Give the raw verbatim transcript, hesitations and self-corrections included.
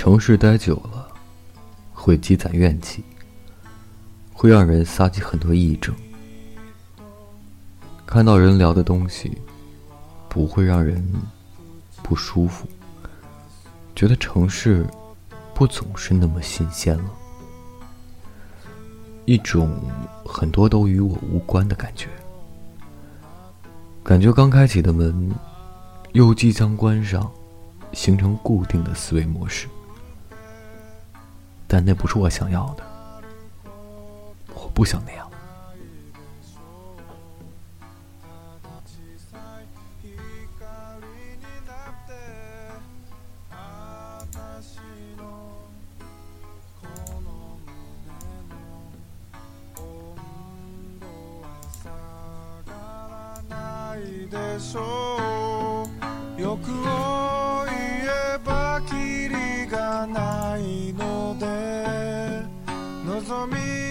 城市待久了，会积攒怨气，会让人撒起很多癔症。看到人聊的东西，不会让人不舒服，觉得城市不总是那么新鲜了，一种很多都与我无关的感觉。感觉刚开启的门，又即将关上，形成固定的思维模式。但那不是我想要的，我不想那样。 欲を言えばキリがないので望み